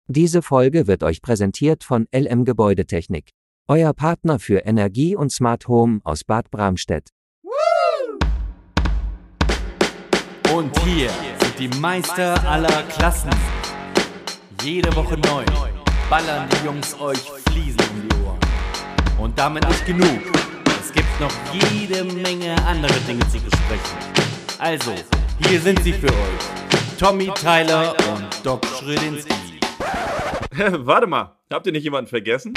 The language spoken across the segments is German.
Diese Folge wird euch präsentiert von LM Gebäudetechnik, euer Partner für Energie und Smart Home aus Bad Bramstedt. Und hier sind die Meister aller Klassen. Jede Woche neu ballern die Jungs euch Fliesen um die Ohren. Und damit nicht genug. Es gibt noch jede Menge andere Dinge zu besprechen. Also, hier sind sie für euch. Tommy Tyler und Doc Schrödinski. Warte mal, habt ihr nicht jemanden vergessen?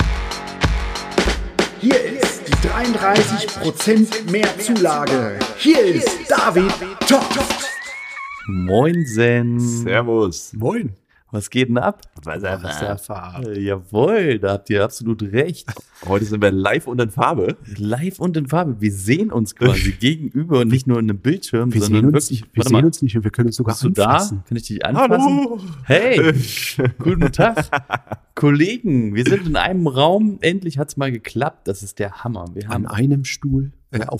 Hier ist die 33% mehr Zulage. Hier ist David Topp. Moinsen. Servus. Moin. Was geht denn ab? Jawohl, da habt ihr absolut recht. Heute sind wir live und in Farbe. Live und in Farbe. Wir sehen uns quasi gegenüber und nicht nur in einem Bildschirm, Wir sondern sehen wirklich. uns nicht und wir können uns sogar Bist du anfassen. da? Kann ich dich anfassen? Hallo. Hey, guten Tag. Kollegen, wir sind in einem Raum. Endlich hat's mal geklappt. Das ist der Hammer. Wir haben Auf einem Stuhl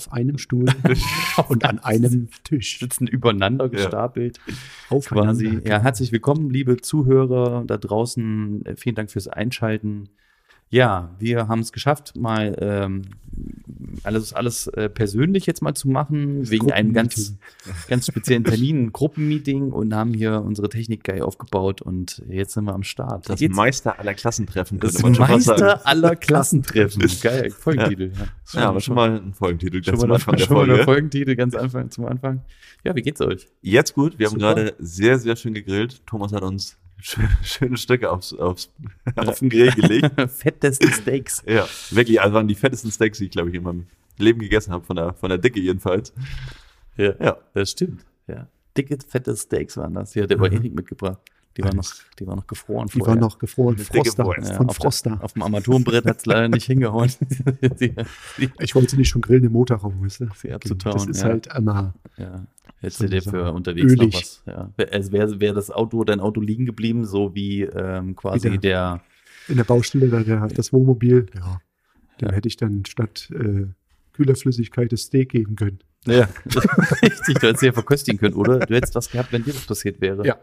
und an einem Tisch. sitzen übereinander gestapelt. Aufeinander. Quasi. Ja, herzlich willkommen, liebe Zuhörer da draußen. Vielen Dank fürs Einschalten. Ja, wir haben es geschafft, mal alles persönlich jetzt mal zu machen, wegen einem ganz speziellen Termin, ein Gruppenmeeting, und haben hier unsere Technik-Guy aufgebaut und jetzt sind wir am Start. Das Meister aller Klassentreffen, Das könnte man schon fast sagen. Meister aller Klassentreffen. Geil, Folgentitel. Ja, aber schon mal ein Folgentitel. Schon mal der Folgentitel ganz zum Anfang. Ja, wie geht's euch? Jetzt gut, wir haben Super. gerade sehr, sehr schön gegrillt. Thomas hat uns schöne Stücke auf den Grill gelegt. Fetteste Steaks. Ja, wirklich, also waren die fettesten Steaks, die ich, glaube ich, in meinem Leben gegessen habe, von der Dicke jedenfalls. Ja, das stimmt. Ja. Dicke, fette Steaks waren das. Die hat der bei Erik mitgebracht. Die waren noch gefroren Die waren noch gefroren. Froster. Wurst. Von Froster. Auf dem Armaturenbrett hat es leider nicht hingehauen. Ich wollte nicht schon grillen im Motorraum, weißt du? Sie abzutauen, Das ist ja. halt einmal. Ja. Hättest So du dir eine für Sache. unterwegs Ölig. noch was. Ja. Es wäre dein Auto liegen geblieben, so wie quasi Wie der. In der Baustelle, das Wohnmobil, dem hätte ich dann statt Kühlerflüssigkeit das Steak geben können. Ja, richtig, du hättest ja verköstigen können, oder? Du hättest das gehabt, wenn dir das passiert wäre. Ja.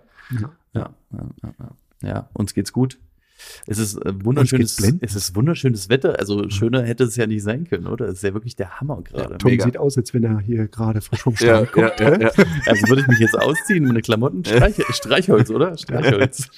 Ja, uns geht's gut. Es ist wunderschönes Wetter, also schöner hätte es ja nicht sein können, oder? Es ist ja wirklich der Hammer gerade. Tom Mega. sieht aus, als wenn er hier gerade frisch vom Ja, Strand kommt. ja. Also würde ich mich jetzt ausziehen, meine Klamotten, Streichholz, oder? Streichholz.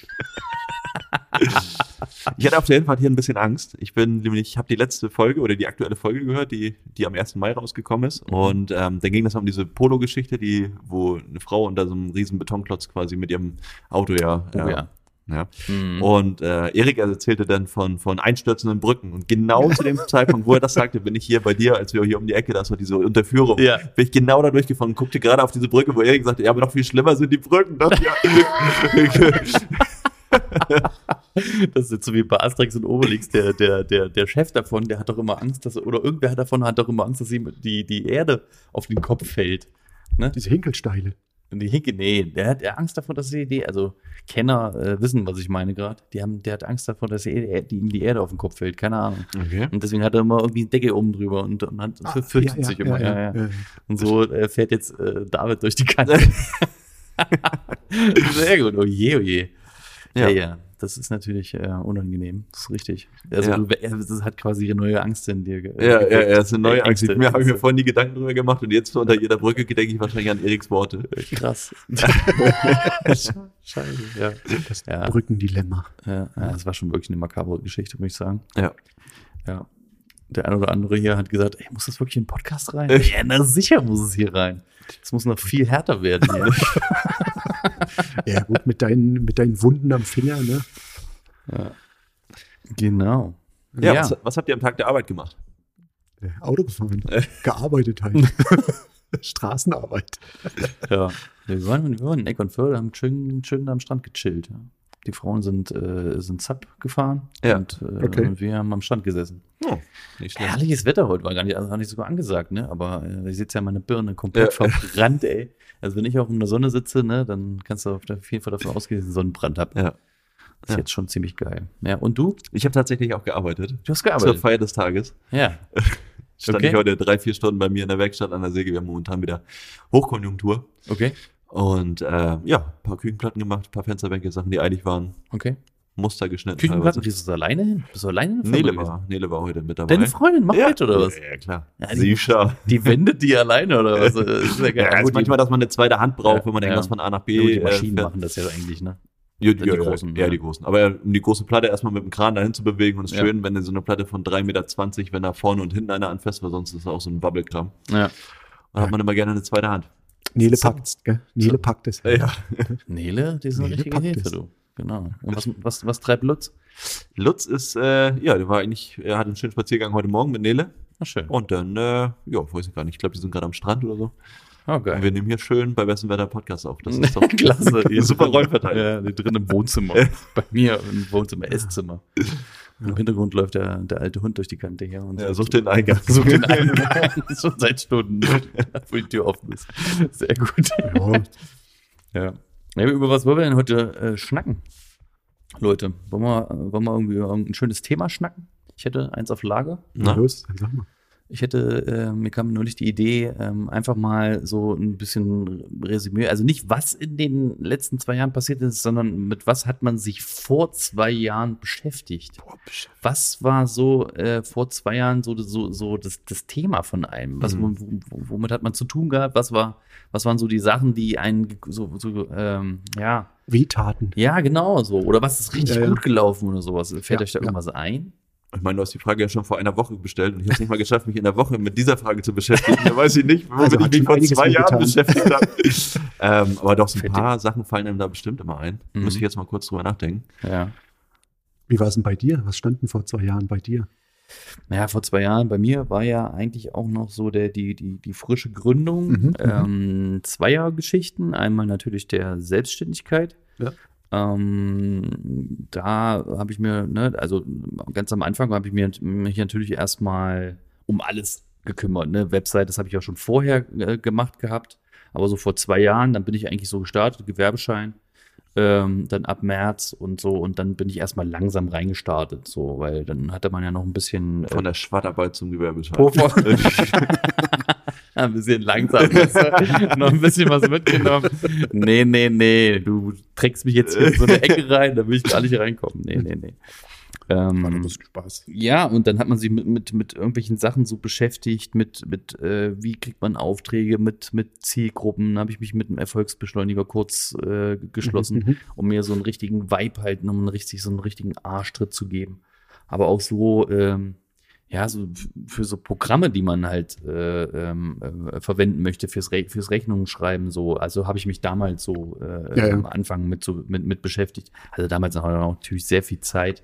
Ich hatte auf der Hinfahrt hier ein bisschen Angst. Ich habe die letzte Folge oder die aktuelle Folge gehört, die am 1. Mai rausgekommen ist. Und dann ging das um diese Polo-Geschichte, wo eine Frau unter so einem riesen Betonklotz quasi mit ihrem Auto Ja. Und Erik erzählte dann von einstürzenden Brücken. Und genau zu dem Zeitpunkt, wo er das sagte, bin ich hier bei dir, als wir hier um die Ecke, das war diese Unterführung, Ja. bin ich genau da durchgefahren und guckte gerade auf diese Brücke, wo Erik sagte, ja, aber noch viel schlimmer sind die Brücken. Das ist jetzt so wie bei Asterix und Obelix, der Chef davon, der hat doch immer Angst, oder irgendwer davon hat doch immer Angst, dass ihm die Erde auf den Kopf fällt. Ne? Diese Hinkelsteile. Und der hat Angst davor, dass also Kenner wissen, was ich meine gerade. Der hat Angst davor, dass ihm die Erde auf den Kopf fällt, keine Ahnung. Okay. Und deswegen hat er immer irgendwie eine Decke oben drüber und fürchtet sich immer. Ja. Und so fährt jetzt David durch die Kante. Sehr gut, oh je. Ja, das ist natürlich unangenehm, das ist richtig. Also das hat quasi eine neue Angst in dir. Ja, das ist eine neue Angst. Ängste. Mir habe ich mir vorhin nie Gedanken drüber gemacht und jetzt unter jeder Brücke denke ich wahrscheinlich an Eriks Worte. Krass. Scheiße, ja. Das Brückendilemma. Ja, das war schon wirklich eine makabre Geschichte, muss ich sagen. Ja. Ja. Der eine oder andere hier hat gesagt, muss das wirklich in den Podcast rein? Ja, na sicher muss es hier rein. Es muss noch viel härter werden hier. Ja, gut, mit deinen Wunden am Finger, ne? Ja. Genau. Ja. Was habt ihr am Tag der Arbeit gemacht? Auto gefahren. Gearbeitet halt. Straßenarbeit. Ja. Wir waren in Eckernförde, haben schön am Strand gechillt. Ja. Die Frauen sind Zap gefahren und wir haben am Strand gesessen. Oh, nicht schlecht. Herrliches Wetter heute, war gar nicht so angesagt, ne? Aber ich sitze ja meine Birne komplett verbrannt, ey. Also wenn ich auch in der Sonne sitze, ne, dann kannst du auf jeden Fall davon ausgehen, dass ich einen Sonnenbrand habe. Ja. Das ist jetzt schon ziemlich geil. Ja, und du? Ich habe tatsächlich auch gearbeitet. Du hast gearbeitet? Zur Feier des Tages. Ja. Stand ich heute 3-4 Stunden bei mir in der Werkstatt an der Säge. Wir haben momentan wieder Hochkonjunktur. Okay. Und ein paar Küchenplatten gemacht, ein paar Fensterbänke, Sachen, die eilig waren. Okay. Muster geschnitten. Küchenplatten, kriegst du das alleine hin? Bist du alleine in der Firma gewesen? Nele war heute mit dabei. Deine Freundin macht mit, oder was? Ja, klar. Ja, Sicher. Die wendet die alleine, oder was? Das ist ja geil. Ja, also manchmal, dass man eine zweite Hand braucht, wenn man Ja. irgendwas von A nach B Ja, gut, die Maschinen fährt. machen das ja eigentlich, ne? Ja, Die großen, ja, ja. die großen. Aber um die große Platte erstmal mit dem Kran dahin zu bewegen und es ist Ja. schön, wenn du so eine Platte von 3,20 Meter, wenn da vorne und hinten einer anfasst, weil sonst ist es auch so ein Wabbelkram. Ja. Dann hat man immer gerne eine zweite Hand. Nele packt's, gell? Nele packt es. Ja. Nele, die ist eine Nele richtige packt Hilfe, es. du. Genau. Und was treibt Lutz? Lutz ist, der war eigentlich, er hat einen schönen Spaziergang heute Morgen mit Nele. Ach, schön. Und dann, weiß ich gar nicht, ich glaube, die sind gerade am Strand oder so. Oh, Und geil. wir nehmen hier schön bei besten Wetter Podcast auf. Das ist doch Klasse. eine super Räumverteilung. Ja, die drin im Wohnzimmer. Bei mir im Wohnzimmer, Esszimmer. Im Hintergrund läuft der alte Hund durch die Kante her. Und Ja, such den Eingang. Sucht den Eingang. Schon seit Stunden, wo die Tür offen ist. Sehr gut. Ja, Ja, über was wollen wir denn heute schnacken? Leute, wollen wir irgendwie über ein schönes Thema schnacken? Ich hätte eins auf Lager. Na? los, dann sag mal. Ich hätte, mir kam neulich die Idee, einfach mal so ein bisschen Resümee, also nicht, was in den letzten 2 Jahren passiert ist, sondern mit was hat man sich vor 2 Jahren beschäftigt? Was war so vor 2 Jahren so das Thema von einem? Womit hat man zu tun gehabt? Was waren so die Sachen, die einen Wehtaten. ja, genau so. Oder was ist richtig Ja, ja. gut gelaufen oder sowas? Fällt Ja, euch da ja. irgendwas ein? Ich meine, du hast die Frage ja schon vor einer Woche bestellt und ich habe es nicht mal geschafft, mich in der Woche mit dieser Frage zu beschäftigen. Da weiß ich nicht, womit Also ich hat mich schon vor einiges 2 Jahren getan. beschäftigt habe. Aber doch, so ein Fett. paar Sachen fallen einem da bestimmt immer ein. Mhm. Muss ich jetzt mal kurz drüber nachdenken. Ja. Wie war es denn bei dir? Was stand denn vor 2 Jahren bei dir? Naja, vor 2 Jahren bei mir war ja eigentlich auch noch so die frische Gründung. Mhm, 2er-Geschichten. Einmal natürlich der Selbstständigkeit. Ja. Da habe ich mir, ne, also ganz am Anfang habe ich mich natürlich erstmal um alles gekümmert. Ne? Website, das habe ich auch schon vorher gemacht gehabt. Aber so vor 2 Jahren, dann bin ich eigentlich so gestartet, Gewerbeschein. Dann ab März und so, und dann bin ich erstmal langsam reingestartet, so, weil dann hatte man ja noch ein bisschen Von der Schwattarbeit zum Gewerbeschein. ein bisschen langsam, weißt du? Noch ein bisschen was mitgenommen. Nee, du trägst mich jetzt in so eine Ecke rein, da will ich gar nicht reinkommen. Nee. Spaß. Ja, und dann hat man sich mit irgendwelchen Sachen so beschäftigt, mit wie kriegt man Aufträge, mit Zielgruppen. Da habe ich mich mit einem Erfolgsbeschleuniger kurz geschlossen, um mir so einen richtigen Vibe halt, um so einen richtigen Arschtritt zu geben. Aber auch so, so für so Programme, die man halt verwenden möchte, fürs Rechnungen schreiben, so. Also habe ich mich damals so am Anfang mit beschäftigt. Also damals auch natürlich sehr viel Zeit.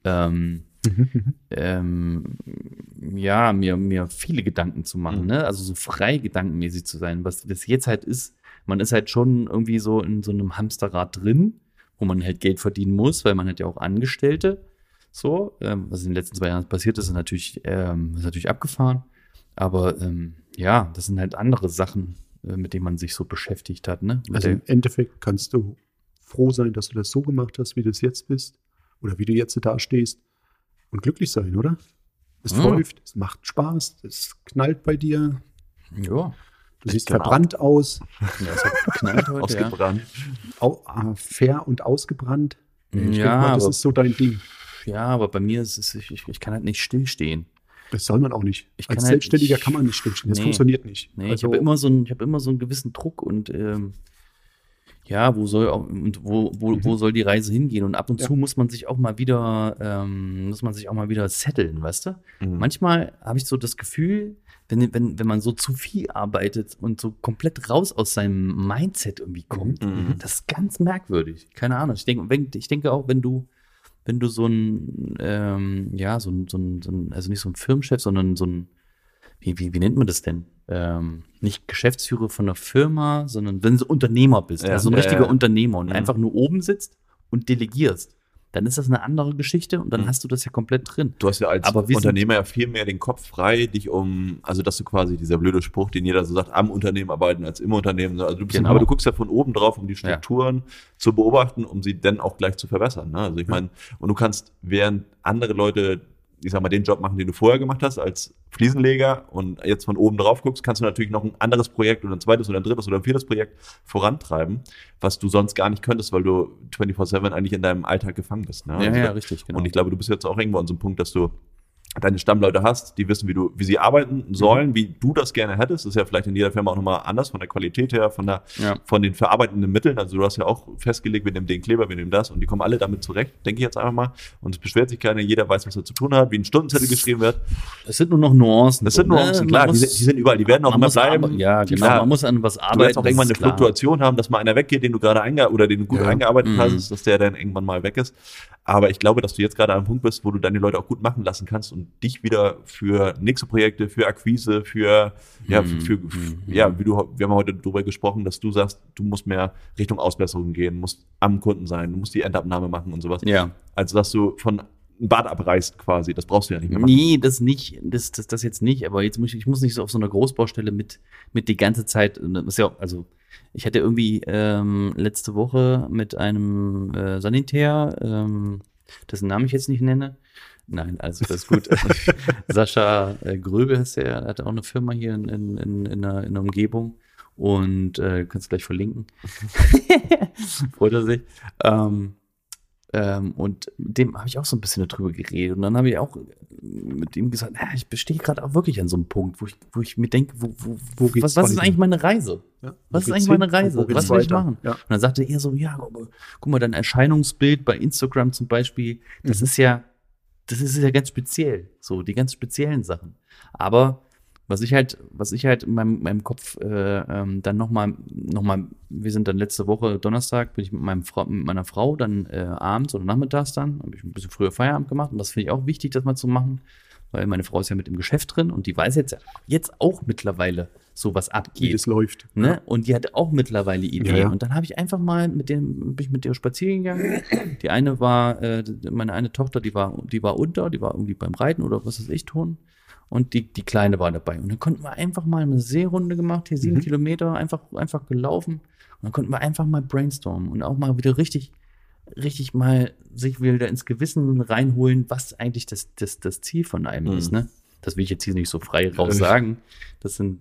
Mir viele Gedanken zu machen, ne? Also so frei gedankenmäßig zu sein. Was das jetzt halt ist, man ist halt schon irgendwie so in so einem Hamsterrad drin, wo man halt Geld verdienen muss, weil man hat ja auch Angestellte. So, was in den letzten 2 Jahren passiert ist, ist natürlich abgefahren. Aber das sind halt andere Sachen, mit denen man sich so beschäftigt hat, ne? Also im Endeffekt kannst du froh sein, dass du das so gemacht hast, wie du es jetzt bist. Oder wie du jetzt da stehst. Und glücklich sein, oder? Es läuft, es macht Spaß, es knallt bei dir. Ja. Du siehst genau. verbrannt aus, Ja, es hat geknallt heute, Ausgebrannt. fair und ausgebrannt. Ich denke Ja, mal, das aber- ist so dein Ding. Ja, aber bei mir ist es, ich kann halt nicht stillstehen. Das soll man auch nicht. Ich Als kann halt Selbstständiger nicht- kann man nicht stillstehen. Das Nee. funktioniert nicht. Nee, Also, ich habe immer so einen gewissen Druck und wo soll die Reise hingehen? Und ab und zu muss man sich auch mal wieder setteln, weißt du? Mhm. Manchmal habe ich so das Gefühl, wenn man so zu viel arbeitet und so komplett raus aus seinem Mindset irgendwie kommt, das ist ganz merkwürdig. Keine Ahnung. Ich denke auch, wenn du so ein, also nicht so ein Firmenchef, sondern so ein, wie nennt man das denn? Nicht Geschäftsführer von einer Firma, sondern wenn du Unternehmer bist, Ja, also ein ja, richtiger ja. Unternehmer und Mhm. einfach nur oben sitzt und delegierst, dann ist das eine andere Geschichte und dann Mhm. hast du das ja komplett drin. Du hast ja als Aber wir sind- Unternehmer ja viel mehr den Kopf frei, also dass du quasi dieser blöde Spruch, den jeder so sagt, am Unternehmen arbeiten als im Unternehmen. Also Genau. aber du guckst ja von oben drauf, um die Strukturen zu beobachten, um sie dann auch gleich zu verbessern. Ne? Also ich meine, und du kannst, während andere Leute ich sag mal, den Job machen, den du vorher gemacht hast als Fliesenleger und jetzt von oben drauf guckst, kannst du natürlich noch ein anderes Projekt oder ein zweites oder ein drittes oder ein viertes Projekt vorantreiben, was du sonst gar nicht könntest, weil du 24/7 eigentlich in deinem Alltag gefangen bist. Ne? Ja, richtig, genau. Und ich glaube, du bist jetzt auch irgendwo an so einem Punkt, dass du deine Stammleute hast, die wissen, wie sie arbeiten sollen, wie du das gerne hättest. Das ist ja vielleicht in jeder Firma auch nochmal anders, von der Qualität her, von den verarbeitenden Mitteln. Also du hast ja auch festgelegt, wir nehmen den Kleber, wir nehmen das und die kommen alle damit zurecht, denke ich jetzt einfach mal. Und es beschwert sich keiner, jeder weiß, was er zu tun hat, wie ein Stundenzettel geschrieben wird. Es sind nur noch Nuancen. Das sind Nuancen, klar, die sind überall, die werden auch immer bleiben. Ja, genau, klar, man muss an was arbeiten. Du wirst auch irgendwann eine Fluktuation haben, dass mal einer weggeht, den du gerade den du gut eingearbeitet hast, dass der dann irgendwann mal weg ist. Aber ich glaube, dass du jetzt gerade an einem Punkt bist, wo du deine Leute auch gut machen lassen kannst und dich wieder für nächste Projekte, für Akquise, wir haben heute darüber gesprochen, dass du sagst, du musst mehr Richtung Ausbesserung gehen, musst am Kunden sein, du musst die Endabnahme machen und sowas. Ja. Also, dass du von ein Bad abreißt quasi, das brauchst du ja nicht mehr machen. Nee, das nicht, das jetzt nicht, aber ich muss nicht so auf so einer Großbaustelle mit die ganze Zeit, das ist ja, also ich hatte irgendwie letzte Woche mit einem Sanitär, dessen Namen ich jetzt nicht nenne. Nein, also das ist gut. Sascha Gröbe ist er hat auch eine Firma hier in der Umgebung und kannst du gleich verlinken. Freut er sich. Und mit dem habe ich auch so ein bisschen darüber geredet. Und dann habe ich auch mit ihm gesagt, ich stehe gerade auch wirklich an so einem Punkt, wo ich mir denke, was ist eigentlich meine Reise? Ja, was ist eigentlich meine Reise? Was will ich weiter? machen? Ja. Und dann sagte er so, ja, guck mal, dein Erscheinungsbild bei Instagram zum Beispiel, das ist ja ganz speziell. So, die ganz speziellen Sachen. Aber was ich halt in meinem Kopf dann nochmal, wir sind dann letzte Woche Donnerstag, bin ich mit meiner Frau dann abends oder nachmittags dann, habe ich ein bisschen früher Feierabend gemacht und das finde ich auch wichtig, das mal zu machen, weil meine Frau ist ja mit im Geschäft drin und die weiß jetzt auch mittlerweile so, was abgeht. Wie das läuft. Ne? Ja. Und die hatte auch mittlerweile Ideen. Ja. Und dann habe ich einfach mal bin ich mit der spazieren gegangen. Die eine war, meine eine Tochter, die war irgendwie beim Reiten oder was weiß ich tun. Und die Kleine war dabei. Und dann konnten wir einfach mal eine Seerunde gemacht, hier 7 Kilometer, einfach gelaufen. Und dann konnten wir einfach mal brainstormen und auch mal wieder richtig mal sich wieder ins Gewissen reinholen, was eigentlich das Ziel von einem ist, ne? Das will ich jetzt hier nicht so frei raus sagen. Das sind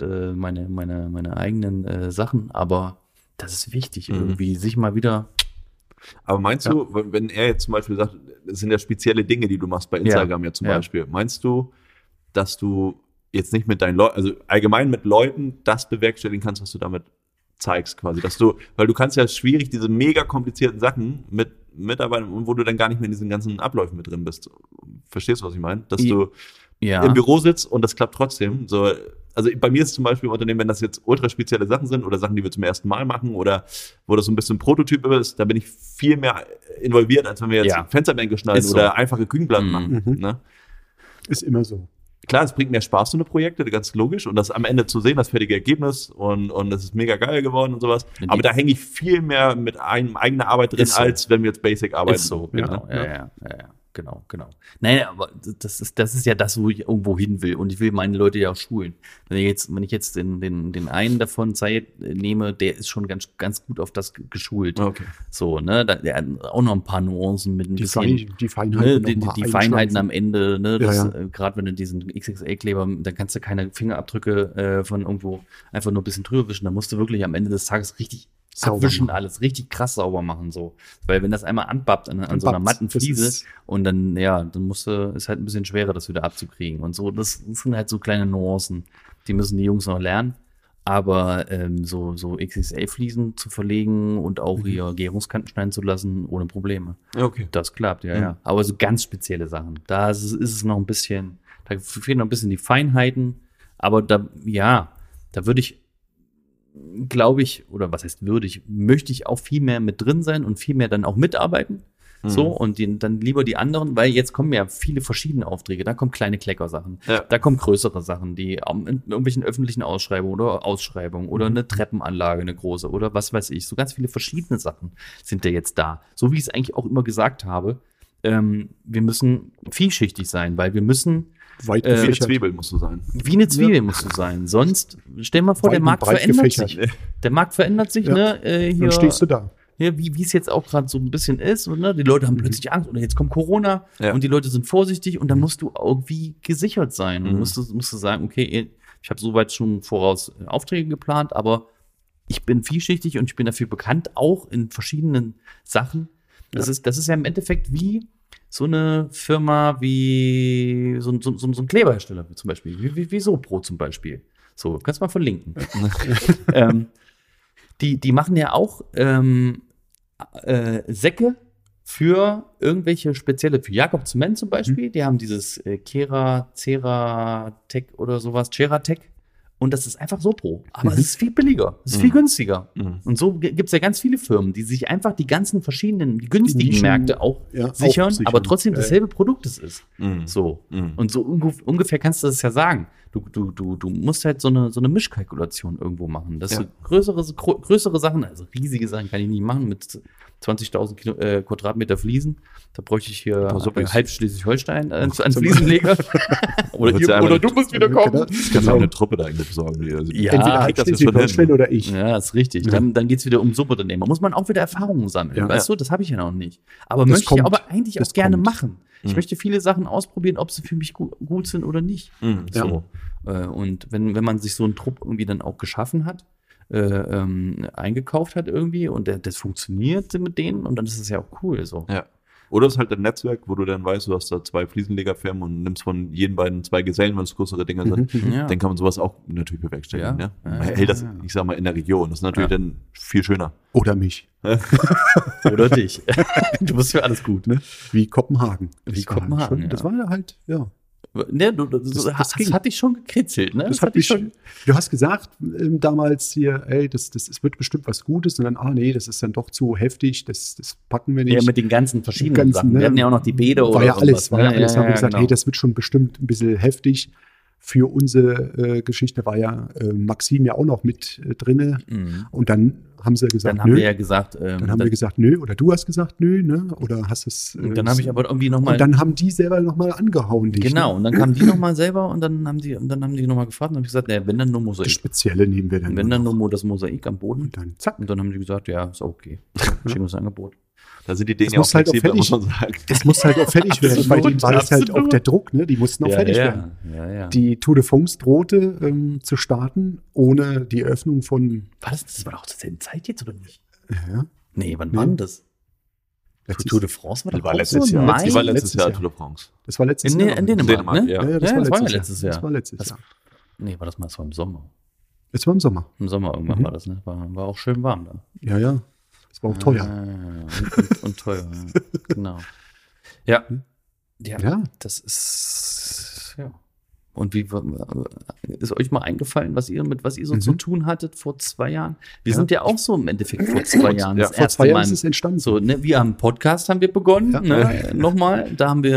meine eigenen Sachen, aber das ist wichtig, irgendwie sich mal wieder. Aber meinst du, wenn er jetzt zum Beispiel sagt, das sind ja spezielle Dinge, die du machst bei Instagram zum Beispiel, meinst du, dass du jetzt nicht mit deinen Leuten, also allgemein mit Leuten das bewerkstelligen kannst, was du damit zeigst quasi, weil du kannst ja schwierig diese mega komplizierten Sachen mit Mitarbeitern, wo du dann gar nicht mehr in diesen ganzen Abläufen mit drin bist. Verstehst du, was ich meine? Dass du im Büro sitzt und das klappt trotzdem. So, also bei mir ist zum Beispiel im Unternehmen, wenn das jetzt ultra spezielle Sachen sind oder Sachen, die wir zum ersten Mal machen oder wo das so ein bisschen Prototyp ist, da bin ich viel mehr involviert, als wenn wir jetzt Fensterbänke schneiden oder einfache Küchenplatten machen. Ne? Ist immer so. Klar, es bringt mehr Spaß, so eine Projekte, ganz logisch. Und das am Ende zu sehen, das fertige Ergebnis und das ist mega geil geworden und sowas. Aber da hänge ich viel mehr mit eigener Arbeit drin, als wenn wir jetzt Basic arbeiten. Ist so, genau. Ja. Genau. Nein, aber das ist ja das, wo ich irgendwo hin will. Und ich will meine Leute ja auch schulen. Wenn ich jetzt den einen davon Zeit nehme, der ist schon ganz gut auf das geschult. Okay. So, ne, der hat auch noch ein paar Nuancen mit ein bisschen. Die Feinheiten, ne, die Feinheiten am Ende, ne, Ja. Gerade wenn du diesen XXL-Kleber, dann kannst du keine Fingerabdrücke von irgendwo einfach nur ein bisschen drüber wischen. Da musst du wirklich am Ende des Tages richtig abwischen, alles richtig krass sauber machen, so. Weil wenn das einmal anbappt an so einer matten Fliese und dann ist halt ein bisschen schwerer, das wieder abzukriegen und so. Das sind halt so kleine Nuancen, die müssen die Jungs noch lernen. Aber so XXL-Fliesen zu verlegen und auch hier Gärungskanten schneiden zu lassen, ohne Probleme. Okay. Das klappt, ja. Aber so ganz spezielle Sachen, da ist es noch ein bisschen, da fehlen noch ein bisschen die Feinheiten, aber da würde ich, glaube ich, oder was heißt möchte ich auch viel mehr mit drin sein und viel mehr dann auch mitarbeiten. So, und dann lieber die anderen, weil jetzt kommen ja viele verschiedene Aufträge. Da kommen kleine Kleckersachen, da kommen größere Sachen, die in irgendwelchen öffentlichen Ausschreibungen oder eine Treppenanlage, eine große oder was weiß ich. So ganz viele verschiedene Sachen sind ja jetzt da. So wie ich es eigentlich auch immer gesagt habe, wir müssen vielschichtig sein, weil wir müssen wie eine Zwiebel musst du sein. Wie eine Zwiebel musst du sein. Sonst, stell mal vor, der Markt verändert sich. Der Markt verändert sich, Dann stehst du da. ja, wie es jetzt auch gerade so ein bisschen ist. Und, ne, die Leute haben plötzlich Angst oder jetzt kommt Corona und die Leute sind vorsichtig und dann musst du irgendwie gesichert sein. Und musst du sagen, okay, ich habe soweit schon voraus Aufträge geplant, aber ich bin vielschichtig und ich bin dafür bekannt, auch in verschiedenen Sachen. Das ist ja im Endeffekt wie so eine Firma wie so ein Kleberhersteller zum Beispiel, wie Sopro zum Beispiel. So, kannst du mal verlinken. Die machen ja auch Säcke für irgendwelche spezielle, für Jakob Zement zum Beispiel. Die haben dieses Ceratec oder sowas, Ceratec. Und das ist einfach Sopro. Aber es ist viel billiger, es ist viel günstiger. Und so gibt es ja ganz viele Firmen, die sich einfach die ganzen verschiedenen, die günstigen Märkte auch sichern, aber trotzdem dasselbe Produkt es ist. So. Und so ungefähr kannst du das ja sagen. Du musst halt so eine Mischkalkulation irgendwo machen. Dass du größere Sachen, also riesige Sachen kann ich nicht machen mit 20.000 Quadratmeter Fliesen. Da bräuchte ich hier halb Schleswig-Holstein an Fliesenleger. oder du musst wieder kommen. Das kannst du auch eine Truppe da eigentlich besorgen. Entweder halb Schleswig-Holstein oder ich. Ja, ist richtig. Dann geht es wieder um Subunternehmer. Muss man auch wieder Erfahrungen sammeln. Weißt du, das habe ich ja noch nicht. Aber möchte ich aber eigentlich auch gerne machen. Ich möchte viele Sachen ausprobieren, ob sie für mich gut sind oder nicht. So. Und wenn man sich so einen Trupp irgendwie dann auch geschaffen hat, eingekauft hat irgendwie und das funktioniert mit denen und dann ist es ja auch cool. So. Ja. Oder es ist halt ein Netzwerk, wo du dann weißt, du hast da 2 Fliesenlegerfirmen und nimmst von jedem beiden 2 Gesellen, wenn es größere Dinge sind. Dann kann man sowas auch natürlich bewerkstelligen. Ja. Man hält das, ich sag mal, in der Region. Das ist natürlich dann viel schöner. Oder mich. Oder dich. Du bist für alles gut. Ne? Wie Kopenhagen. Das war halt, ja. Ne, das hat dich schon gekritzelt, ne? Du hast gesagt damals hier, ey, das wird bestimmt was Gutes und dann, nee, das ist dann doch zu heftig, das packen wir nicht. Ja, mit den ganzen verschiedenen Sachen. Wir hatten ja auch noch die Bäder oder sowas. War ja alles. Haben wir gesagt, hey, das wird schon bestimmt ein bisschen heftig. Für unsere Geschichte war ja Maxim ja auch noch mit drinne. Und dann haben sie gesagt, dann haben wir ja gesagt, dann haben wir gesagt, nö, oder du hast gesagt, nö, ne? Oder hast es. Und dann habe ich aber irgendwie nochmal. Und dann haben die selber nochmal angehauen dich. Genau, ne? und dann kamen die nochmal selber und dann haben die nochmal gefragt und habe ich gesagt, wenn dann nur Mosaik. Das Spezielle nehmen wir dann. Wenn dann nur das Mosaik am Boden. Und dann zack. Und dann haben die gesagt, ja, ist okay. Schönes Angebot. Da sind die Dinge ja auch flexibler, muss man sagen. Das muss halt auch fertig werden. Bei denen war das halt auch der Druck, ne? Die mussten auch fertig werden. Ja. Die Tour de France drohte zu starten, ohne die Eröffnung von. Das war doch zur selben Zeit jetzt, oder nicht? Ja. Nee, wann war denn das? Tour de France war doch auch letztes Jahr. Das war letztes Jahr Tour de France. Das war letztes Jahr. In Dänemark, ne? Ja, das war ja letztes Jahr. Das war letztes Jahr. Nee, das war im Sommer. Es war im Sommer. Im Sommer irgendwann war das, ne? War auch schön warm da. Ja. Das war auch teuer. Und teuer, ja. Genau. Ja, das ist, ja. Und wie ist euch mal eingefallen, was ihr so zu tun hattet vor 2 Jahren? Wir sind ja auch so im Endeffekt vor 2 Jahren. Vor 2 Jahren ist es entstanden. So, ne, wir haben einen Podcast begonnen, ne, nochmal. Da haben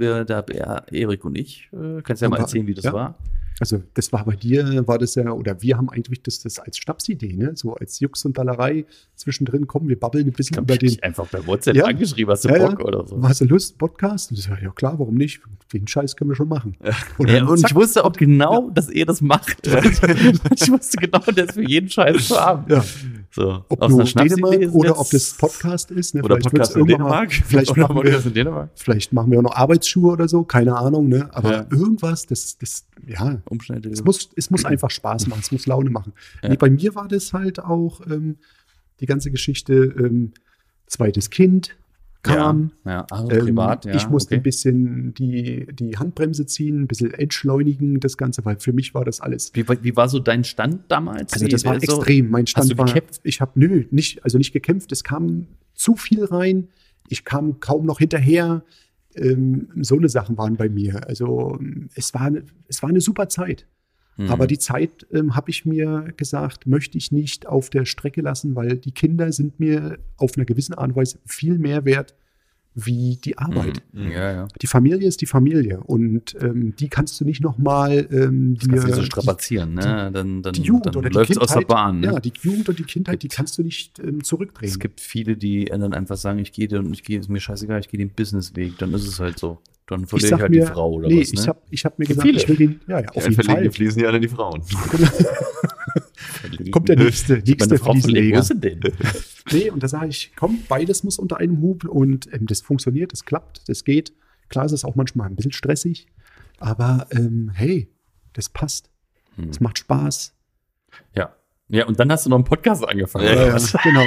Erik und ich, kannst du ja mal erzählen, wie das war. Also das war bei dir, war das ja, oder wir haben eigentlich das als Schnapsidee, ne? So als Jux und Dallerei zwischendrin, kommen wir babbeln ein bisschen über den. Einfach bei WhatsApp angeschrieben, hast du Bock oder so. Hast du Lust, Podcast? Und ich sage, ja klar, warum nicht? Den Scheiß können wir schon machen. Und ich wusste auch genau, dass ihr das macht. Ich wusste genau, der ist für jeden Scheiß zu haben. Ja. So, ob nur Dänemark oder ob das Podcast ist. Ne? Oder Podcast in Dänemark. Vielleicht machen wir auch noch Arbeitsschuhe oder so, keine Ahnung. Ne? Aber irgendwas, Umstände. Es muss einfach Spaß machen, es muss Laune machen. Ja. Nee, bei mir war das halt auch die ganze Geschichte, zweites Kind kam. Ja. Also privat, ich musste ein bisschen die Handbremse ziehen, ein bisschen entschleunigen, das Ganze, weil für mich war das alles. Wie war so dein Stand damals? Also das war extrem. Mein Stand war, ich habe nicht gekämpft, es kam zu viel rein, ich kam kaum noch hinterher. So eine Sachen waren bei mir. Also es war eine super Zeit. Aber die Zeit, habe ich mir gesagt, möchte ich nicht auf der Strecke lassen, weil die Kinder sind mir auf einer gewissen Art und Weise viel mehr wert wie die Arbeit. Ja. Die Familie ist die Familie und die kannst du nicht nochmal so strapazieren, ne? Dann die Jugend dann oder die läuft's Kindheit, aus der Bahn. Ne? Ja, die Jugend und die Kindheit, die kannst du nicht zurückdrehen. Es gibt viele, die dann einfach sagen, ist mir scheißegal, ich gehe den Businessweg, dann ist es halt so. Dann verliere ich halt die Frau oder was, ne? Ich hab mir gesagt, ich will den, auf jeden Fall. Die fließen ja dann die Frauen. kommt der nächste Meine Frau von Fliesenleger. wo ist sie denn? Nee, und da sage ich, komm, beides muss unter einem Hub und das funktioniert, das klappt, das geht. Klar, es ist auch manchmal ein bisschen stressig, aber hey, das passt. Es macht Spaß. Ja. Ja, und dann hast du noch einen Podcast angefangen. Ja, oder ja. was? Genau.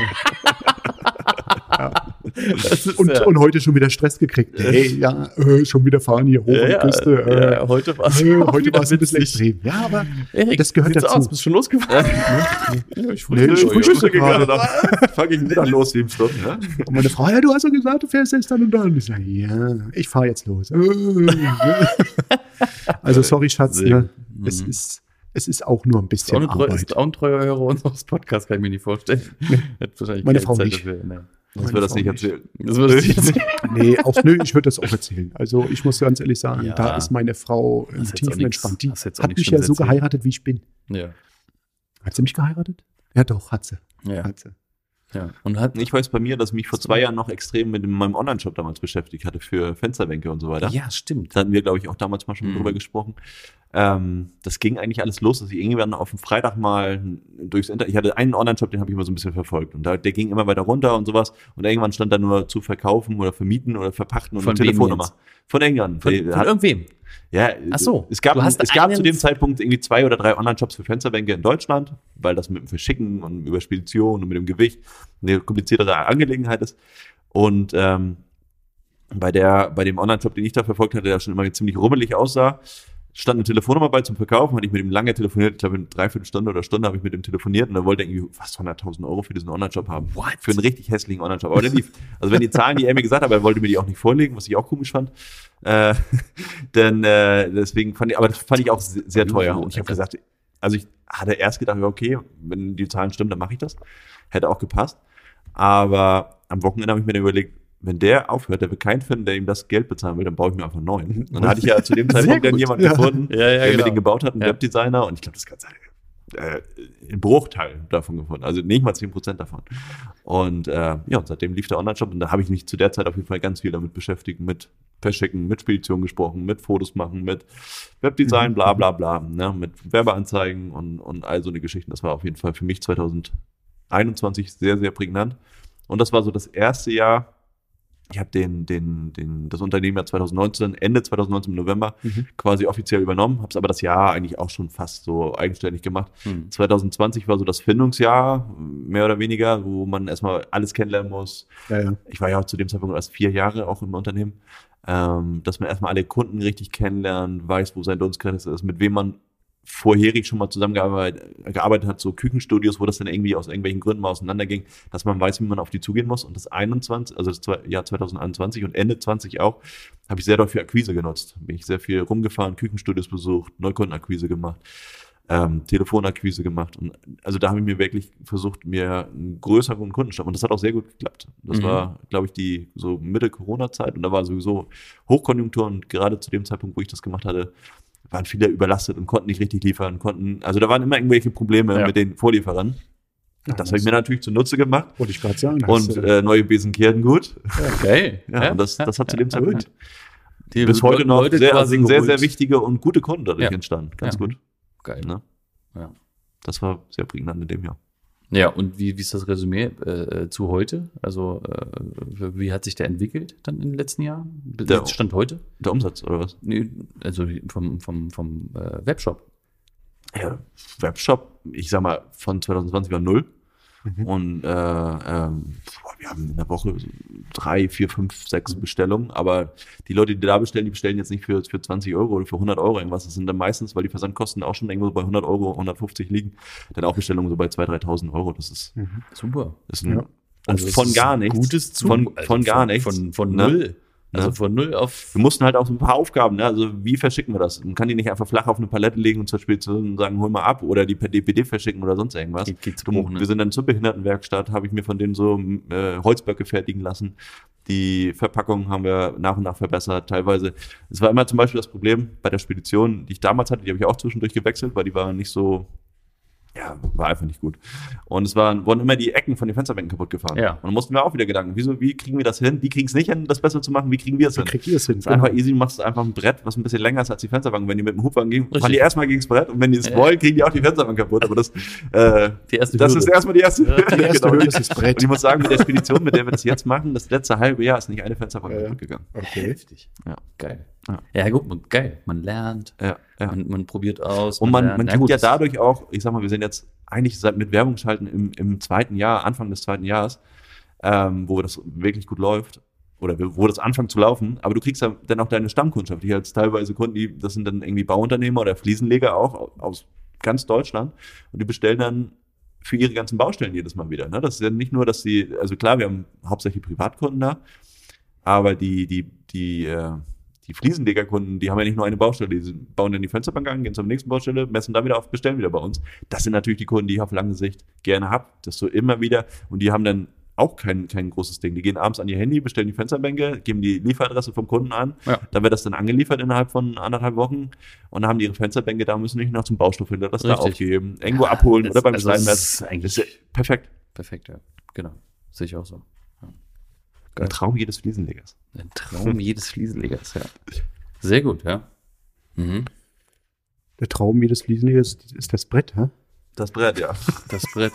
Das ist, Und heute schon wieder Stress gekriegt. Hey, ja, schon wieder fahren hier hoch an die Küste. ja, heute war es Heute war es ein bisschen extrem. Ja, aber das gehört dazu. Aus, bist du schon losgefahren? Nee, ich ich frühstücke gerade. Fucking wieder los, 7 Stunden, ne? Und meine Frau, ja, du hast doch gesagt, du fährst jetzt dann und dann. Und ich sage, ja, ich fahre jetzt los. Also, sorry, Schatz, ne? Es ist auch nur ein bisschen Arbeit. Ist auch ein treuer Hörer unseres Podcasts, kann ich mir nicht vorstellen. Hat wahrscheinlich Meine keine Frau Zeit nicht. dafür. Nee. Sonst wird das nicht erzählen. Das würde ich jetzt Nee, ich würde das auch erzählen. Also ich muss ganz ehrlich sagen, Ja. da ist meine Frau Das ist jetzt auch tiefenentspannt. Die nix- das ist jetzt auch hat nichts mich ja Schlimmes so erzählen. geheiratet, wie ich bin. Ja. Hat sie mich geheiratet? Ja doch, hat sie. Ja. Hat sie. Ja. Und hat Ich weiß bei mir, dass ich mich vor 2 Jahren noch extrem mit meinem Online-Shop damals beschäftigt hatte für Fensterbänke und so weiter. Ja, stimmt. Da hatten wir, glaube ich, auch damals mal schon drüber gesprochen. Das ging eigentlich alles los, dass ich irgendwann auf dem Freitag mal durchs Internet, ich hatte einen Online-Shop, den habe ich immer so ein bisschen verfolgt. Und der ging immer weiter runter und sowas. Und irgendwann stand da nur zu verkaufen oder vermieten oder verpachten und Von eine wem Telefonnummer. jetzt? Von irgendwann. Von irgendwem. Ja, Ach so, es gab du hast zu einen- dem Zeitpunkt irgendwie 2 oder 3 Online-Shops für Fensterbänke in Deutschland, weil das mit dem Verschicken und über Spedition und mit dem Gewicht eine kompliziertere Angelegenheit ist. Und bei dem Online-Shop, den ich da verfolgt hatte, der schon immer ziemlich rummelig aussah, stand eine Telefonnummer bei zum Verkaufen, hatte ich mit ihm lange telefoniert, ich glaube, in 3/4 Stunde oder Stunde habe ich mit ihm telefoniert und er wollte irgendwie fast 100.000 € für diesen Online-Shop haben. What? Für einen richtig hässlichen Online-Shop. Aber der lief. Also wenn die Zahlen, die er mir gesagt hat, aber er wollte mir die auch nicht vorlegen, was ich auch komisch fand. Deswegen fand ich auch sehr, sehr teuer. Und ich habe gesagt, also ich hatte erst gedacht, okay, wenn die Zahlen stimmen, dann mache ich das. Hätte auch gepasst. Aber am Wochenende habe ich mir dann überlegt, wenn der aufhört, der wird keinen finden, der ihm das Geld bezahlen will, dann baue ich mir einfach einen neuen. Und dann hatte ich ja zu dem Zeitpunkt dann jemanden gefunden, der mir den gebaut hat, einen Webdesigner. Und ich glaube, das Ganze ein Bruchteil davon gefunden. Also nicht mal 10% davon. Und und seitdem lief der Online-Shop. Und da habe ich mich zu der Zeit auf jeden Fall ganz viel damit beschäftigt, mit Verschicken, mit Spedition gesprochen, mit Fotos machen, mit Webdesign, bla bla bla, ne, mit Werbeanzeigen und all so eine Geschichten. Das war auf jeden Fall für mich 2021 sehr, sehr prägnant. Und das war so das erste Jahr. Ich habe das Unternehmen ja 2019, Ende 2019 im November quasi offiziell übernommen, habe es aber das Jahr eigentlich auch schon fast so eigenständig gemacht. 2020 war so das Findungsjahr, mehr oder weniger, wo man erstmal alles kennenlernen muss. Ja. Ich war ja auch zu dem Zeitpunkt erst 4 Jahre auch im Unternehmen, dass man erstmal alle Kunden richtig kennenlernt, weiß, wo sein Dunstkreis ist, mit wem man vorherig schon mal zusammengearbeitet hat, so Küchenstudios, wo das dann irgendwie aus irgendwelchen Gründen mal auseinanderging, dass man weiß, wie man auf die zugehen muss. Und das Jahr 2021 und Ende 20 auch, habe ich sehr doll für Akquise genutzt. Bin ich sehr viel rumgefahren, Küchenstudios besucht, Neukundenakquise gemacht, Telefonakquise gemacht. Und also da habe ich mir wirklich versucht, mir einen größeren Kundenstamm. Und das hat auch sehr gut geklappt. Das war, glaube ich, die so Mitte Corona-Zeit. Und da war sowieso Hochkonjunktur. Und gerade zu dem Zeitpunkt, wo ich das gemacht hatte, waren viele überlastet und konnten nicht richtig liefern, also da waren immer irgendwelche Probleme mit den Vorlieferern. Das habe ich mir natürlich zunutze gemacht. Wollte ich gerade sagen. Und neue Besen kehren gut. Okay. Ja, und das hat zu dem Zeitpunkt Die bis heute noch Leute sehr, quasi sehr, geholt. sehr wichtige und gute Kunden dadurch Ja. entstanden. Ganz Ja. gut. Geil. Ne? Ja. Das war sehr prägnant in dem Jahr. Ja, und wie ist das Resümee zu heute? Also, wie hat sich der entwickelt dann im letzten Jahr? Der- Stand heute? Der Umsatz, oder was? Nee, also vom Webshop. Ja, Webshop, ich sag mal, von 2020 war 0. Und wir haben in der Woche 3, 4, 5, 6 Bestellungen, aber die Leute, die da bestellen, die bestellen jetzt nicht für 20 € oder für 100 € irgendwas. Das sind dann meistens, weil die Versandkosten auch schon irgendwo bei 100 €, 150 liegen, dann auch Bestellungen so bei 2.000, 3.000 €. Das ist, Super. ist ein, Ja. und Also von das gar ist nichts. Gutes zu. Von gar nichts. Von Ne? null. Also Ne? von null auf. Wir mussten halt auch so ein paar Aufgaben, ne? Also wie verschicken wir das? Man kann die nicht einfach flach auf eine Palette legen und zur Spedition sagen, hol mal ab oder die per DPD verschicken oder sonst irgendwas. Geht zu Bruch, ne? Wir sind dann zur Behindertenwerkstatt, habe ich mir von denen so Holzböcke fertigen lassen. Die Verpackungen haben wir nach und nach verbessert. Teilweise, es war immer zum Beispiel das Problem bei der Spedition, die ich damals hatte, die habe ich auch zwischendurch gewechselt, weil die war nicht so Ja, war einfach nicht gut. Und es wurden immer die Ecken von den Fensterbänken kaputt gefahren. Ja. Und dann mussten wir auch wieder Gedanken, wie kriegen wir das hin? Die kriegen es nicht hin, das besser zu machen, wie kriegen wir es hin? Kriegt ihr es hin? Das ist einfach easy, du machst einfach ein Brett, was ein bisschen länger ist als die Fensterbank. Wenn die mit dem Hubwagen gehen, Richtig. fahren die erstmal gegen das Brett und wenn die es wollen, kriegen die auch die Fensterbank kaputt. Aber das erste ist Hürde. erstmal die erste Hürde ist das Brett. Und ich muss sagen, mit der Spedition, mit der wir das jetzt machen, das letzte halbe Jahr ist nicht eine Fensterbank kaputt gegangen. Okay. Heftig. Ja. Geil. Ja. Ja, gut, geil. Man lernt, Ja. man probiert aus. Und man lernt. kriegt Na gut, ja das- dadurch auch, ich sag mal, wir sind jetzt eigentlich mit Werbung schalten im zweiten Jahr, Anfang des zweiten Jahres, wo das wirklich gut läuft oder wo das anfängt zu laufen, aber du kriegst dann auch deine Stammkundschaft, die jetzt teilweise Kunden, das sind dann irgendwie Bauunternehmer oder Fliesenleger auch aus ganz Deutschland und die bestellen dann für ihre ganzen Baustellen jedes Mal wieder. Ne? Das ist ja nicht nur, dass sie, also klar, wir haben hauptsächlich Privatkunden da, aber die Fliesenlegerkunden, die haben ja nicht nur eine Baustelle, die bauen dann die Fensterbank an, gehen zur nächsten Baustelle, messen da wieder auf, bestellen wieder bei uns. Das sind natürlich die Kunden, die ich auf lange Sicht gerne habe. Das so immer wieder. Und die haben dann auch kein großes Ding. Die gehen abends an ihr Handy, bestellen die Fensterbänke, geben die Lieferadresse vom Kunden an. Ja. Dann wird das dann angeliefert innerhalb von 1,5 Wochen. Und dann haben die ihre Fensterbänke da, müssen nicht noch zum Baustoffhändler das da Richtig. aufgeben, irgendwo abholen oder beim Das Steinmetz. ist eigentlich Das ist perfekt. perfekt, ja. Genau. Sehe ich auch so. Ein Traum jedes Fliesenlegers. Ein Traum jedes Fliesenlegers, ja. Sehr gut, ja. Mhm. Der Traum jedes Fliesenlegers ist das Brett, hä? Das Brett, ja. Das Brett.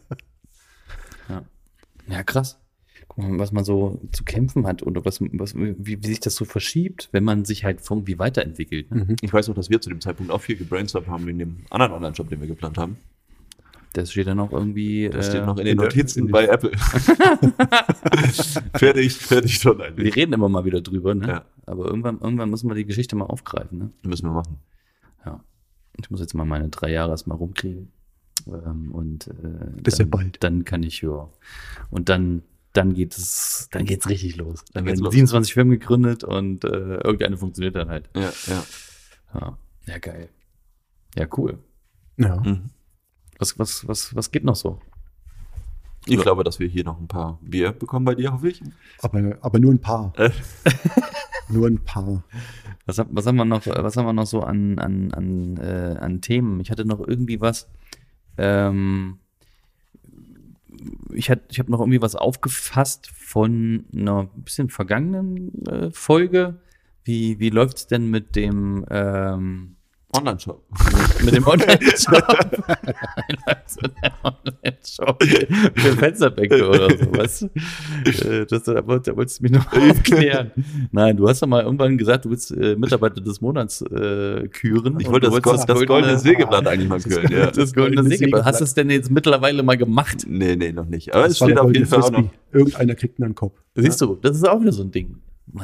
Ja, krass. Guck mal, was man so zu kämpfen hat oder wie sich das so verschiebt, wenn man sich halt irgendwie weiterentwickelt. Ne? Ich weiß noch, dass wir zu dem Zeitpunkt auch viel gebrainstormt haben in dem anderen Online-Shop, den wir geplant haben. Das steht dann auch irgendwie. Das steht noch in den der- Notizen bei Apple. fertig schon Wir eigentlich. reden immer mal wieder drüber, ne? Ja. Aber irgendwann müssen wir die Geschichte mal aufgreifen, ne? Müssen wir machen. Ja. Ich muss jetzt mal meine 3 Jahre erstmal rumkriegen. Das ist ja bald. Dann kann ich, ja. Und dann geht's richtig los. Dann geht's werden los. 27 Firmen gegründet und irgendeine funktioniert dann halt. Ja, ja. Ja, geil. Ja, cool. Ja. Mhm. Was geht noch so? Ich glaube, dass wir hier noch ein paar Bier bekommen bei dir, hoffe ich. Aber nur ein paar. Nur ein paar. Was haben wir noch so an Themen? Ich hatte noch irgendwie was. Ich habe noch irgendwie was aufgefasst von einer bisschen vergangenen Folge. Wie läuft's denn mit dem Online-Shop. mit dem Online-Shop? Online-Shop für Fensterbänke oder sowas. Da wolltest du mich noch mal aufklären. Nein, du hast doch mal irgendwann gesagt, du willst Mitarbeiter des Monats küren. Ich wollte Und du das goldene Sägeblatt eigentlich mal küren. Ja. Das goldene Sägeblatt. Hast du es denn jetzt mittlerweile mal gemacht? Nee, noch nicht. Aber es Das war steht der auf goldene jeden Fall auch noch. Frisbee. Irgendeiner kriegt einen Kopf. Siehst du, das ist auch wieder so ein Ding.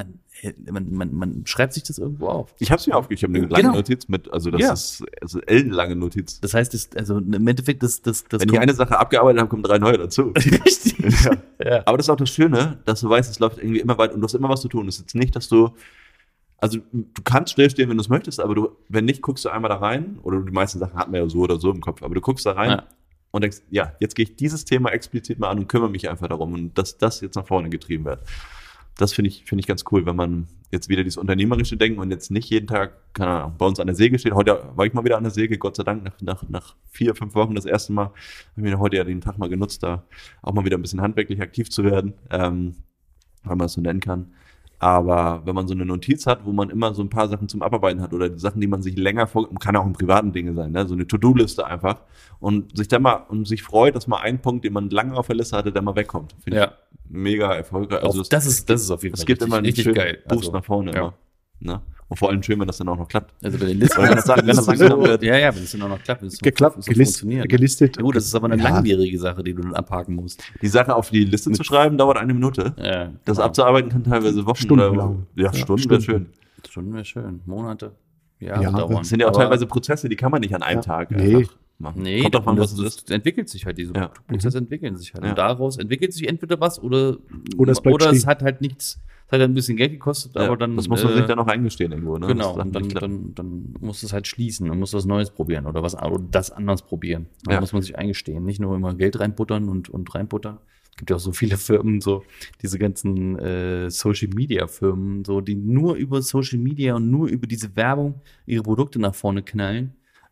Man schreibt sich das irgendwo auf. Ich habe es mir aufgeschrieben. Ich habe eine lange Genau. Notiz mit, also das Ja. ist also ellenlange Notiz. Das heißt, im Endeffekt, das Wenn ich eine Sache abgearbeitet habe, kommen 3 neue dazu. Richtig. Ja. Ja. Aber das ist auch das Schöne, dass du weißt, es läuft irgendwie immer weiter und du hast immer was zu tun. Es ist jetzt nicht, dass du, also du kannst stillstehen, wenn du es möchtest, aber wenn nicht, guckst du einmal da rein, oder die meisten Sachen hat man ja so oder so im Kopf, aber du guckst da rein Ja. und denkst, ja, jetzt gehe ich dieses Thema explizit mal an und kümmere mich einfach darum und dass das jetzt nach vorne getrieben wird. Das finde ich ganz cool, wenn man jetzt wieder dieses unternehmerische Denken und jetzt nicht jeden Tag, keine Ahnung, bei uns an der Säge steht. Heute war ich mal wieder an der Säge, Gott sei Dank, nach 4-5 Wochen das erste Mal. Habe ich mir heute ja den Tag mal genutzt, da auch mal wieder ein bisschen handwerklich aktiv zu werden, wenn man das so nennen kann. Aber wenn man so eine Notiz hat, wo man immer so ein paar Sachen zum Abarbeiten hat oder die Sachen, die man sich länger kann auch in privaten Dinge sein, ne? So eine To-Do-Liste einfach und sich freut, dass mal ein Punkt, den man lange auf der Liste hatte, der mal wegkommt. Finde Ja. ich mega erfolgreich. Also das ist auf jeden Fall Es gibt immer einen richtig schönen geil. Boost Also, nach vorne ja. immer. Ne? Und vor allem schön, wenn das dann auch noch klappt. Also bei den Listen, Wenn das angenommen wird. ja, wenn es dann auch noch klappt, wenn es Geklappt, so funktioniert. gelistet. Ja, gut, das ist aber eine Ja. langwierige Sache, die du dann abhaken musst. Die Sache auf die Liste zu schreiben, dauert 1 Minute. Ja, Das genau. abzuarbeiten kann teilweise Wochen Stundenlang. oder Ja, Stunden wäre schön. Stunden wäre schön. Monate. Jahre Jahre. dauern. Das sind ja auch Aber- teilweise Prozesse, die kann man nicht an einem Ja. Tag Nee. einfach machen. Nee, Kommt davon, was das, es ist. das entwickelt sich halt, diese Ja. Prozesse entwickeln sich halt. Ja. Und daraus entwickelt sich entweder was oder es bleibt es stehen. hat halt nichts, es hat halt ein bisschen Geld gekostet, Ja, aber dann. das muss man sich dann auch eingestehen irgendwo. Ne? Genau, dass und Sachen nicht klappen. dann muss es halt schließen, dann muss was Neues probieren oder das anders probieren. Dann Ja. muss man sich eingestehen, nicht nur immer Geld reinbuttern und reinbuttern. Es gibt ja auch so viele Firmen, so diese ganzen Social-Media-Firmen, so die nur über Social Media und nur über diese Werbung ihre Produkte nach vorne knallen.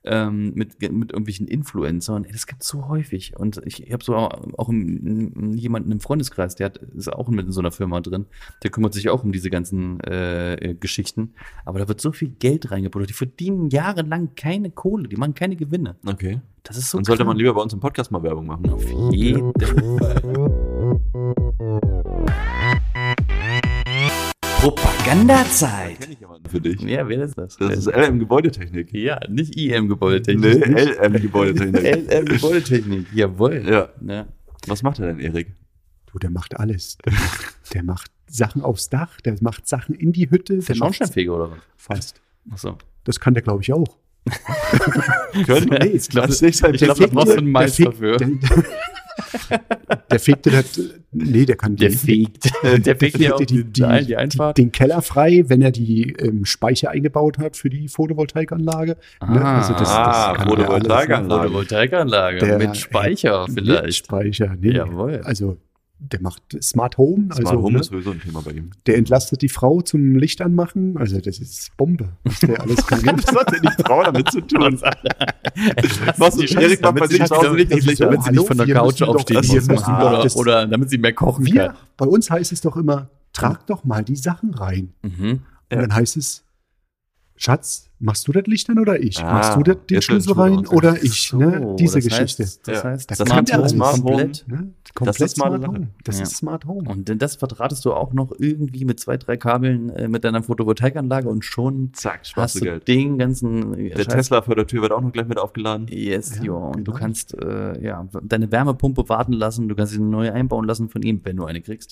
mit irgendwelchen Influencern. Ey, das gibt's so häufig. Und ich habe so auch jemanden im Freundeskreis, ist auch mit in so einer Firma drin. Der kümmert sich auch um diese ganzen Geschichten. Aber da wird so viel Geld reingebuttert. Die verdienen jahrelang keine Kohle. Die machen keine Gewinne. Okay. Das ist so Dann sollte krank. man lieber bei uns im Podcast mal Werbung machen. Auf jeden Fall. Propagandazeit. Kenn ich jemanden für dich. Ja, wer ist das? Das ist LM Gebäudetechnik. Ja, nicht IM Gebäudetechnik. Nee, LM Gebäudetechnik. LM Gebäudetechnik, jawohl. Ja. Was macht er denn, Erik? Du, der macht alles. Der macht Sachen aufs Dach, der macht Sachen in die Hütte. Ist der macht Schornsteinfeger oder was? fast. Achso. Das kann der, glaube ich, auch. Können? Nee, ich glaube, Das ist nicht sein ich glaub, Thema. da brauchst du einen Meister für. Der fegt den halt, nee, der kann Der fegt. Der fegt ja auch die Einfahrt. den Keller frei, wenn er die Speicher eingebaut hat für die Photovoltaikanlage. Ah, kann der alles, ne? Photovoltaikanlage Der- mit Speicher Mit vielleicht. Speicher, nee. Jawohl. Also, der macht Smart Home. Smart also, Home ne? ist sowieso ein Thema bei ihm. Der entlastet die Frau zum Licht anmachen. Also, das ist Bombe, was der alles kann. Was hat denn die Frau damit zu tun? Was du, Erik, macht bei sich zu Hause nicht das Licht, damit sie nicht von der wir Couch müssen doch- aufstehen wir muss. müssen doch das- Oder damit sie mehr kochen Wir, kann. bei uns heißt es doch immer, trag doch mal die Sachen rein. Mhm. Und dann heißt es, Schatz, machst du das Licht an oder ich? Ah, Machst du den jetzt Schlüssel wird's rein gut oder ich? Ne? So, Diese das Geschichte. Heißt, das heißt, Das Smart kann der Home alles. komplett. Ne? Das Komplett ist smarte Smart Sache. Home. Das Ja. ist Smart Home. Und das verdrahtest du auch noch irgendwie mit 2, 3 Kabeln mit deiner Photovoltaikanlage und schon Zack, hast sparst du du Geld. den ganzen Der Tesla vor der Tür wird auch noch gleich mit aufgeladen. Yes, Ja, ja, und du genau. kannst deine Wärmepumpe warten lassen, du kannst sie neu einbauen lassen von ihm, wenn du eine kriegst.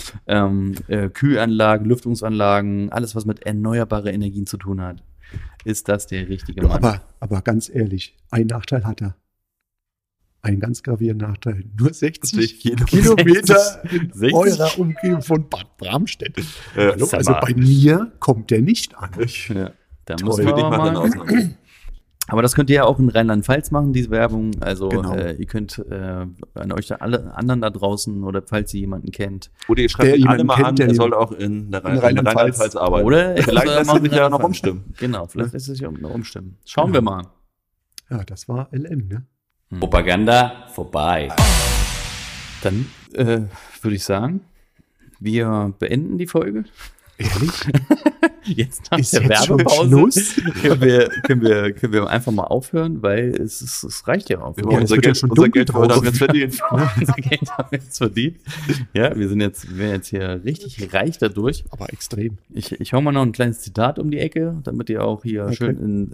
Kühlanlagen, Lüftungsanlagen, alles, was mit erneuerbaren Energien zu tun hat. Ist das der richtige Mann? Aber ganz ehrlich, einen Nachteil hat er. Einen ganz gravierenden Nachteil. Nur 60 Kilometer in 60? eurer Umgebung von Bad Bramstedt. Hallo? sag Also mal. bei mir kommt der nicht an. Ja, da Toll. muss Für man dich aber macht er eine mal. Ausnahme. Aber das könnt ihr ja auch in Rheinland-Pfalz machen, diese Werbung. Also Genau. ihr könnt an euch da alle anderen da draußen oder falls ihr jemanden kennt. Oder ihr schreibt Der ihn alle jemanden mal kennt, an, der der soll auch in der Rheinland-Pfalz Rheinland-Pfalz arbeiten. Oder Vielleicht lässt er machen sich ja noch Rheinland-Pfalz. umstimmen. Genau, vielleicht lässt es sich noch umstimmen. Schauen Genau. wir mal. Ja, das war LM, ne? Propaganda vorbei. Dann würde ich sagen, wir beenden die Folge. Ehrlich? Jetzt nach Ist der jetzt schon Werbepause Schluss? können wir einfach mal aufhören, weil es reicht ja auch. Wir Ja, wollen es unser wird ja Geld, schon unser dunkel Geld haben wir draußen. jetzt verdient. Unser Geld haben wir jetzt verdient. Ja, wir sind jetzt hier richtig reich dadurch. Aber extrem. Ich hau mal noch ein kleines Zitat um die Ecke, damit ihr auch hier Okay. schön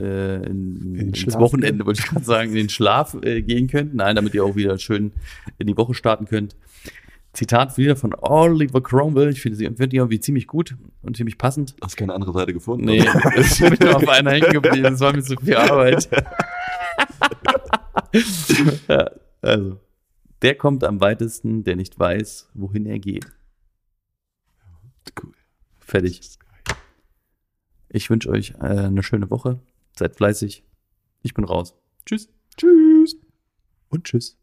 ins Schlaf Wochenende, wollte ich gerade sagen, in den Schlaf gehen könnt. Nein, damit ihr auch wieder schön in die Woche starten könnt. Zitat wieder von Oliver Cromwell. Ich finde die irgendwie ziemlich gut und ziemlich passend. Hast keine andere Seite gefunden? Nee, ich bin nur auf einer hängen geblieben. Das war mir zu viel Arbeit. Ja, also, der kommt am weitesten, der nicht weiß, wohin er geht. Cool. Fertig. Ich wünsche euch eine schöne Woche. Seid fleißig. Ich bin raus. Tschüss. Tschüss. Und tschüss.